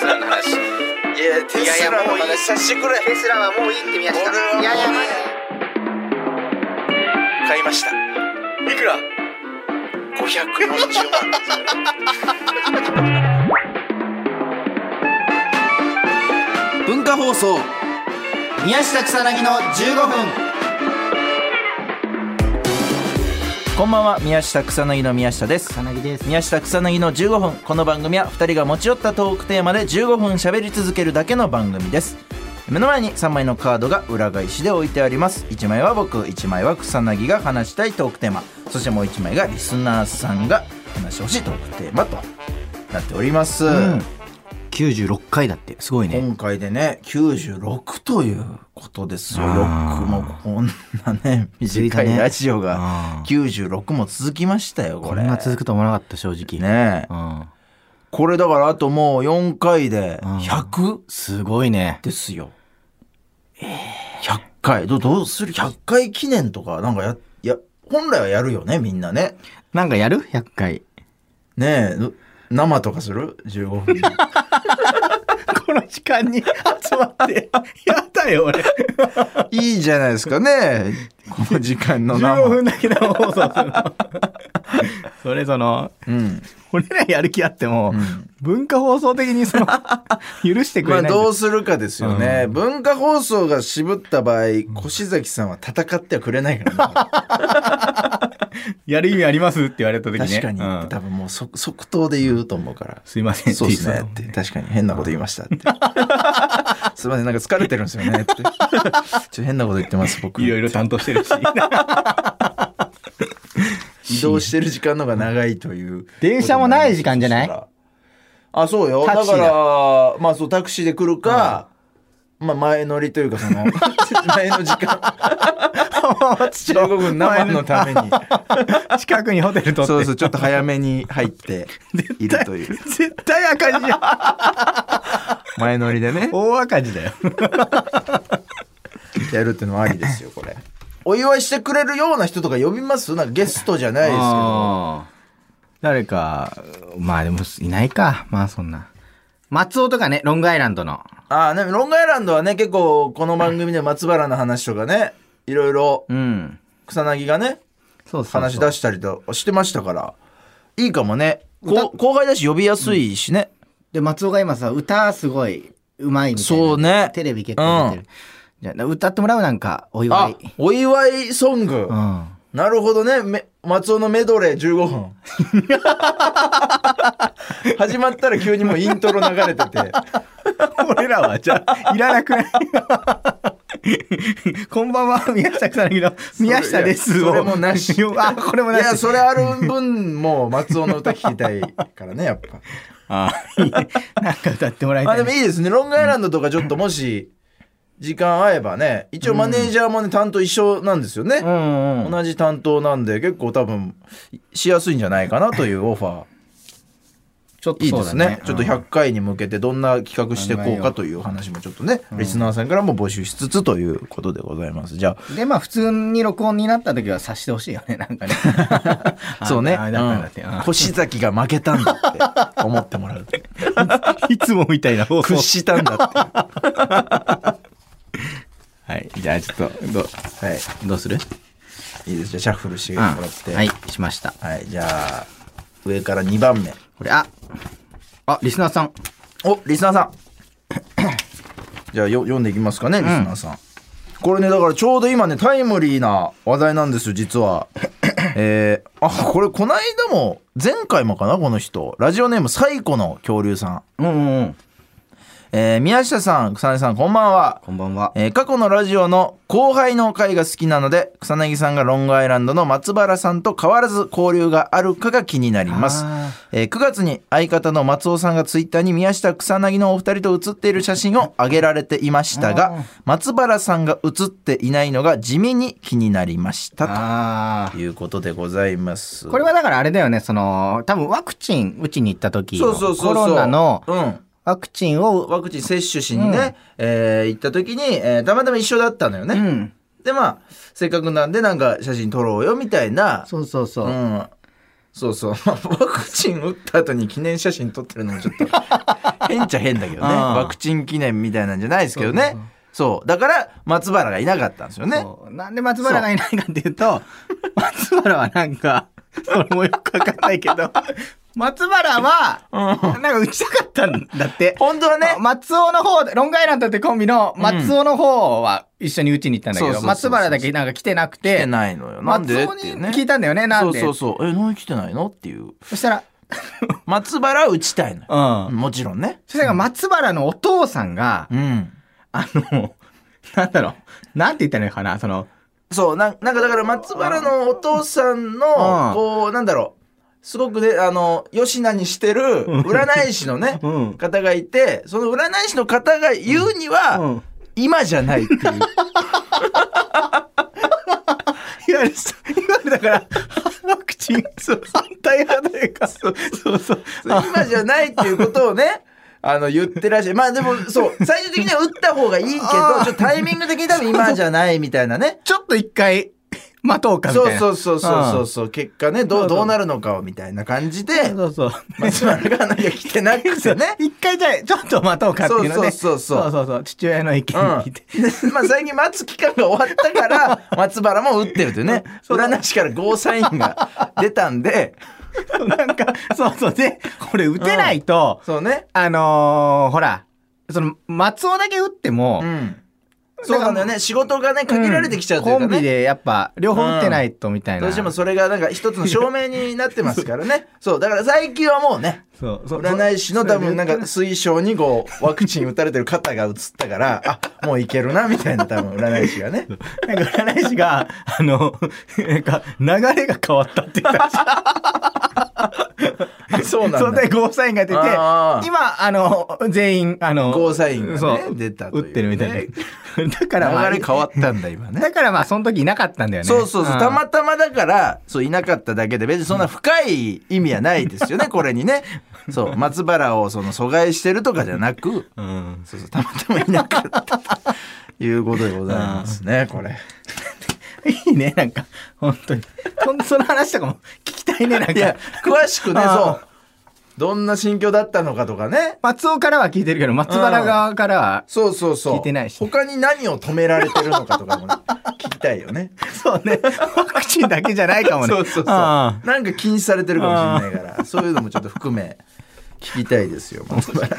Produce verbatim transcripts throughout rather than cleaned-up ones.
スラの話。いやテスラの話させてくれ。 テスラはもういいって宮下。 俺はいやいや買いました。いくら？ごひゃくよんじゅうまん。文化放送宮下草薙のじゅうごふん。こんばんは、宮下草薙の宮下です。 草薙です。 宮下草薙のじゅうごふん。この番組はふたりが持ち寄ったトークテーマでじゅうごふん喋り続けるだけの番組です。目の前にさんまいのカードが裏返しで置いてあります。いちまいは僕、いちまいは草薙が話したいトークテーマ、そしてもういちまいがリスナーさんが話してほしいトークテーマとなっております、うん、 きゅうじゅうろっかいだって、すごいね。 今回でねきゅうじゅうろくということですよ。よくもこんなね短いラジオがきゅうじゅうろくも続きましたよ。これこんな続くと思わなかった、正直ね、うん、これだからあともうよんかいでひゃく、うん、 すごいねですよ。えー、ひゃっかい ど, どうするひゃっかい記念とかなんかやや本来はやるよね、みんなね。 なんかやるひゃっかいねえ、生とかするじゅうごふんこの時間に集まってやだよ俺いいじゃないですかね、この時間の生じゅうごふんだけ生放送するのそれその、うん、俺らやる気あっても、うん、文化放送的にその許してくれない。 まあどうするかですよね、うん、文化放送が渋った場合、越崎さんは戦ってはくれないからねやる意味ありますって言われた時ね。 確かに、うん、多分もう即即答で言うと思うから、 すいませんそうですねって確かに変なこと言いましたってすいませんなんか疲れてるんですよねってちょっと変なこと言ってます僕。 いろいろ担当してるし移動してる時間の方が長いという。 電車もない時間じゃない？ あ、そうよ。だからまあそうタクシーで来るか、うん、まあ前乗りというかその前の時間じゅうごふん生のために近くにホテル取って、 そうそうちょっと早めに入っているという絶対赤字じゃん前乗りでね大赤字だよやるってのもありですよ。これお祝いしてくれるような人とか呼びます？なんかゲストじゃないですけど誰か。まあでもいないか。まあそんな松尾とかね、ロングアイランドの。 ああね、ロングアイランドはね結構この番組で松原の話とかねいろいろ草薙がね、そうそうそう話し出したりとしてましたからいいかもね。後輩だし呼びやすいしね、うん、 で松尾が今さ歌すごいうまいみたいな。 そうね、 テレビ結構出てる、うん、じゃあ歌ってもらう。なんかお祝い、 あお祝いソング、うん、なるほどね。め松尾のメドレーじゅうごふん始まったら急にもうイントロ流れてて俺らはじゃあいらなくないこんばんは宮下草薙の宮下です。 それもなしあこれもなし。 いやそれある分もう松尾の歌聴きたいからねやっぱあいいなんか歌ってもらいたい、ね、 あでもいいですね。ロングアイランドとかちょっともし時間合えばね、一応マネージャーもね、うん、担当一緒なんですよね、うんうん、同じ担当なんで結構多分しやすいんじゃないかなというオファーちょっとそうだね、 いいですね、うん、ちょっとひゃっかいに向けてどんな企画していこうかという話もちょっとね、うん、リスナーさんからも募集しつつということでございます。じゃあでまあ普通に録音になった時は察してほしいよね、なんかねそうね、越崎が負けたんだって思ってもらういつもみたいな放送屈したんだってはい、じゃあちょっとどう、はい、どうする？ いいです。じゃあシャッフルしてもらって、 うん、はいしました。 はい、じゃあ上からにばんめこれ、ああリスナーさん、 おリスナーさんじゃあよ読んでいきますかね、リスナーさん、うん、これねだからちょうど今ねタイムリーな話題なんですよ実はえー、あこれこの間も前回もかな、この人ラジオネーム最古の恐竜さん、うんうんうん、えー、宮下さん、草薙さん、こんばんは。 こんばんは。 えー、過去のラジオの後輩の回が好きなので、草薙さんがロングアイランドの松原さんと変わらず交流があるかが気になります。えー、くがつに相方の松尾さんがツイッターに宮下草薙のお二人と写っている写真を上げられていましたが、松原さんが写っていないのが地味に気になりましたということでございます。 これはだからあれだよね、その多分ワクチン打ちに行った時のコロナの、うんワクチンをワクチン接種しにね、うんえー、行った時に、えー、たまたま一緒だったのよね、うん、でまあせっかくなんでなんか写真撮ろうよみたいな、 そうそうそう、うん、 そうそうワクチン打った後に記念写真撮ってるのもちょっと変っちゃ変だけどね。ワクチン記念みたいなんじゃないですけどね。そうそうそう、そうだから松原がいなかったんですよね。 なんで松原がいないかっていうと松原はなんかそれもよくわかんないけど松原はなんか打ちたかったんだって。 本当はね、 松尾の方でロングアイランドってコンビの松尾の方は一緒に打ちに行ったんだけど、松原だけなんか来てなくて。 来てないのよ。なんで松尾に聞いたんだよね。なんで。 そうそうそう。え、何来てないのっていう。 そしたら松原は打ちたいのよ。うん、もちろんね。 そしたら松原のお父さんが、うん、あのなんだろう、なんて言ったらいいのかな、その、 そう、な、なんかだから松原のお父さんの、こう、なんだろう、すごくね、あの、吉名にしてる占い師のね、うん、方がいて、その占い師の方が言うには、うん、今じゃないっていう。 いわゆる、いわゆるだから、ワクチン、そう、反対派というか、そうそうそう。 今じゃないっていうことをね、あの言ってらっしゃる。まあでもそう最終的には打った方がいいけどちょっとタイミング的に多分今じゃないみたいなね。 ちょっと一回待とうかみたいな。 そうそうそうそうそうそう、結果ねどうどうなるのかをみたいな感じで。そうそう。松原が何か来てなくてね。 一回じゃあちょっと待とうかっていうので。 そうそうそうそうそうそうそう父親の意見聞いて。 うん、まあ最近待つ期間が終わったから松原も打ってるというね。占い師からゴーサインが出たんで。 なんかそうそうでこれ打てないと、 うん、そうね、 あのー、ほらその松尾だけ打っても、うん、 そうなんだよね、仕事がね限られてきちゃうというかね、 コンビでやっぱ両方打ってないとみたいな、うん、 どうしてもそれがなんか一つの証明になってますからねそうだから最近はもうねそうそう占い師の多分なんか推奨にこうワクチン打たれてる方が映ったからあもういけるなみたいな多分占い師がねなんか占い師があのなんか流れが変わったって言ったらしいそうなんだ。それでゴーサインが出て今あの全員あのゴーサインが、ね、出たという、ね、 打ってるみたいなだから、 まあ、流れ変わったんだ今ねだからまあその時いなかったんだよね。 そうそうそうたまたまだからそういなかっただけで別にそんな深い意味はないですよねこれにねそう松原をその阻害してるとかじゃなく、うん、そうそうたまたまいなかったということでございますねこれいいねなんか本当にその話とかも聞きたいねなんかいや詳しくねそうどんな心境だったのかとかね松尾からは聞いてるけど松原側からはそうそうそう聞いてないし、 ね、他に何を止められてるのかとかも、ね、聞きたいよねそうねワクチンだけじゃないかもねそうそうそうなんか禁止されてるかもしれないからそういうのもちょっと含め聞きたいですよ松原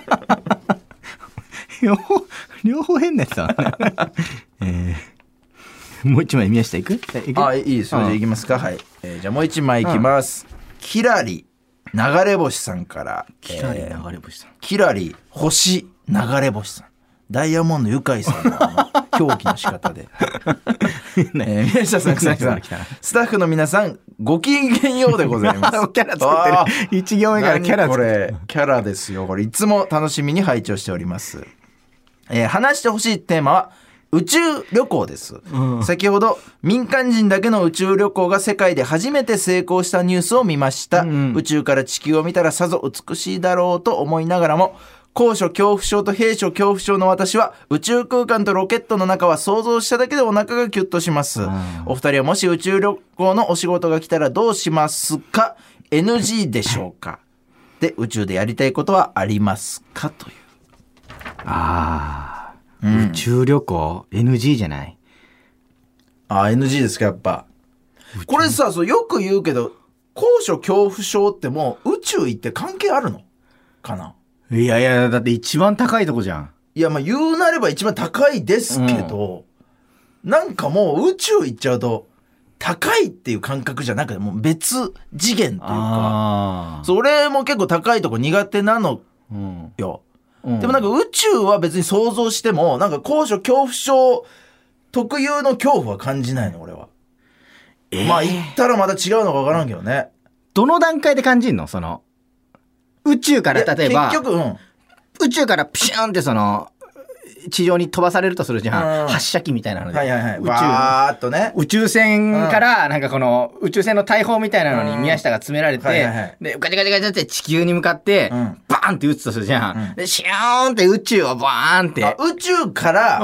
両方両方変なやつだね、えー、もう一枚宮下いく？ いくあいいですよじゃあいきますかはい、えー、じゃあもう一枚いきます、うん、キラリ流れ星さんからキラリ流れ星さん、 えー、キラリ星流れ星さんダイヤモンドユカイさんの狂気の仕方で、ねえー、宮下さん草木さんスタッフの皆さんごきげんようでございますキャラ作ってるいち行目からキャラ作ってるこれキャラですよこれいつも楽しみに拝聴しております、えー、話してほしいテーマは宇宙旅行です、うん、先ほど民間人だけの宇宙旅行が世界で初めて成功したニュースを見ました、うん、宇宙から地球を見たらさぞ美しいだろうと思いながらも高所恐怖症と閉所恐怖症の私は宇宙空間とロケットの中は想像しただけでお腹がキュッとします、うん、お二人はもし宇宙旅行のお仕事が来たらどうしますか エヌジー でしょうかで宇宙でやりたいことはありますかというああうん、宇宙旅行 エヌジー じゃない？ あ エヌジー ですかやっぱこれさそうよく言うけど高所恐怖症ってもう宇宙行って関係あるのかな。 いやいやだって一番高いとこじゃん。 いやまあ言うなれば一番高いですけど、うん、なんかもう宇宙行っちゃうと高いっていう感覚じゃなくてもう別次元というかそれも結構高いとこ苦手なのよ、うん、でもなんか宇宙は別に想像してもなんか高所恐怖症特有の恐怖は感じないの俺は、えー、まあ行ったらまた違うのか分からんけどね。 どの段階で感じんのその宇宙から例えば結局、うん、 宇宙からピシューンってその地上に飛ばされるとするじゃん、うん、発射機みたいなので、 はいはいはい、宇宙バーっとね宇宙船からなんかこの宇宙船の大砲みたいなのに宮下が詰められて、うんはいはいはい、でガチャガチャガチャって地球に向かって、うん、バーンって撃つとするじゃん、うん、でシューンって宇宙をバーンって宇宙から、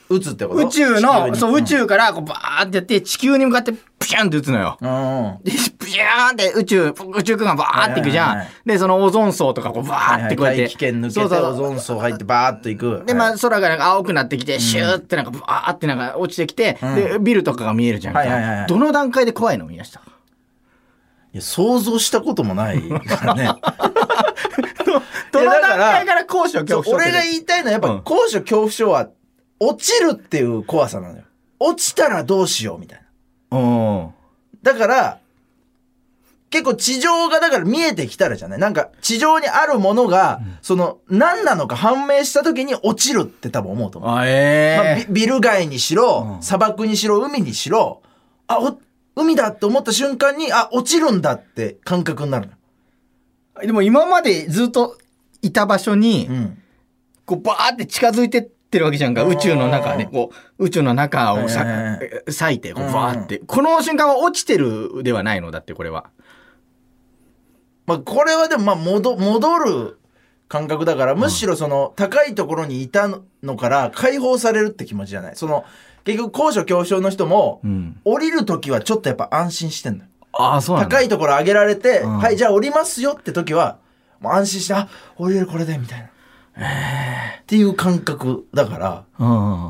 撃つってこと？ 宇宙のそう宇宙からこうバーってやって地球に向かってプシャンって撃つのよ。 うんでプシャーンって宇宙宇宙空間バーっていくじゃん、はいはいはい、でそのオゾン層とかこうバーってこうやって、 大気圏抜けてオゾン層入ってバーっといく。 でまあ空がなんか青くなってきてシューってなんかバーってなんか落ちてきて、うん、でビルとかが見えるじゃんか、はいはいはいはい、どの段階で怖いの見ました？ いや想像したこともないからねどの段階から高所恐怖症？ 俺が言いたいのはやっぱ高所恐怖症は落ちるっていう怖さなのよ。落ちたらどうしようみたいな。うん。だから結構地上がだから見えてきたらじゃない。なんか地上にあるものが、うん、その何なのか判明した時に落ちるって多分思うと思う。あ、えーまあ、ビ, ビル街にしろ、うん、砂漠にしろ海にしろ、あお海だって思った瞬間にあ落ちるんだって感覚になるの。 でも今までずっといた場所に、うん、こうバーって近づいてってるわけじゃんか。宇宙の中ね、こう宇宙の中をさ、えー、裂いてこうバーって、この瞬間は落ちてるではないのだってこれは。 まあこれはでもまあ戻戻る感覚だから、むしろその高いところにいたのから解放されるって気持ちじゃない。その結局高所恐怖症の人も、うん、降りるときはちょっとやっぱ安心してんだよ。ああ、そうなんだ。高いところ上げられて、うん、はいじゃあ降りますよって時はもう安心して、あ降りるこれでみたいな、えー、っていう感覚だから、うん、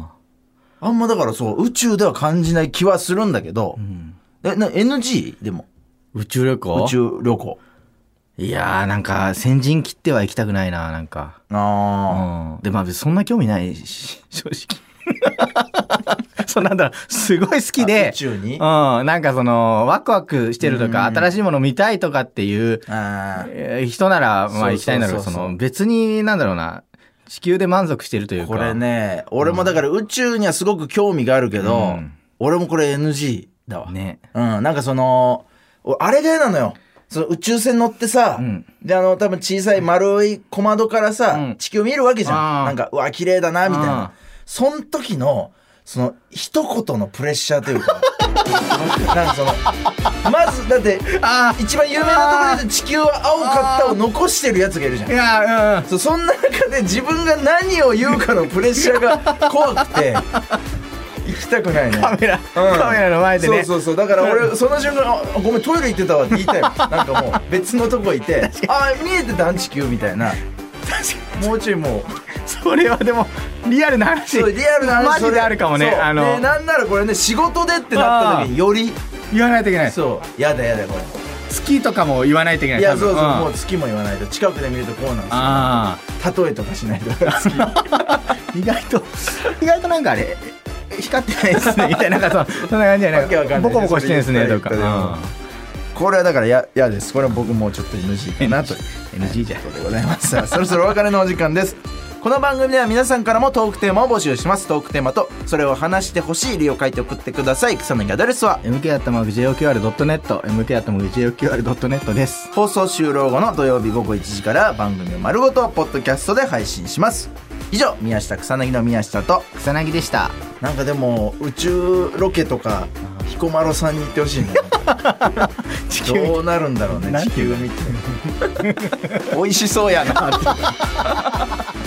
あんまだからそう宇宙では感じない気はするんだけど、うん、えな エヌジー でも宇宙旅行宇宙旅行いやーなんか先陣切っては行きたくないななんかあ、うん、でまあそんな興味ないし正直そうなんだろうすごい好きで宇宙に、うん、なんかそのワクワクしてるとか、うん、新しいもの見たいとかっていう人ならまあ行きたいんだろう。その別になんだろうな地球で満足してるというか。 これね俺もだから宇宙にはすごく興味があるけど、うん、俺もこれ エヌジー だわね。うんなんかそのあれが嫌なのよ。その宇宙船乗ってさ、うん、であの多分小さい丸い小窓からさ、うん、地球見るわけじゃん。なんかうわ綺麗だなみたいな。そん時のその一言のプレッシャーというかなんかそのまずだって一番有名なところで地球は青かったを残してるやつがいるじゃん。いや、うん、そ, そんな中で自分が何を言うかのプレッシャーが怖くて行きたくないね。 カメラ、うん、カメラの前でね。 そうそうそうだから俺その瞬間あごめんトイレ行ってたわって言いたいよ。なんかもう別のとこいてあ見えてたん地球みたいな。もうちょいもうそれはでもリアルな話。 そうリアルな話マジであるかもね。あのでなんならこれね仕事でってなった時により言わないといけない。 そうやだやだこれ月とかも言わないといけない。 いやそうそう、うん、もう月も言わないと近くで見るとこうなんですよ。あ例えとかしないと月意外と意外となんかあれ光ってないですねみたいななんかそんな感じじゃないボコボコしてるんですねとか、うん、 これはだからややです。これは僕もちょっと エヌジー かなとエヌジー じゃということでございます。そろそろお別れのお時間です。この番組では皆さんからもトークテーマを募集します。トークテーマとそれを話してほしい理由を書いて送ってください。草薙アドレスはエムケー アットマーク ジェイオーキューアール ドットネット エムケー アットマーク ジェイオーキューアール ドットネット です。 放送終了後の土曜日午後いちじから番組を丸ごとポッドキャストで配信します。以上宮下草薙の宮下と草薙でした。 なんかでも宇宙ロケとか彦摩呂さんに行ってほしいねどうなるんだろうね地球見て美味しそうやなって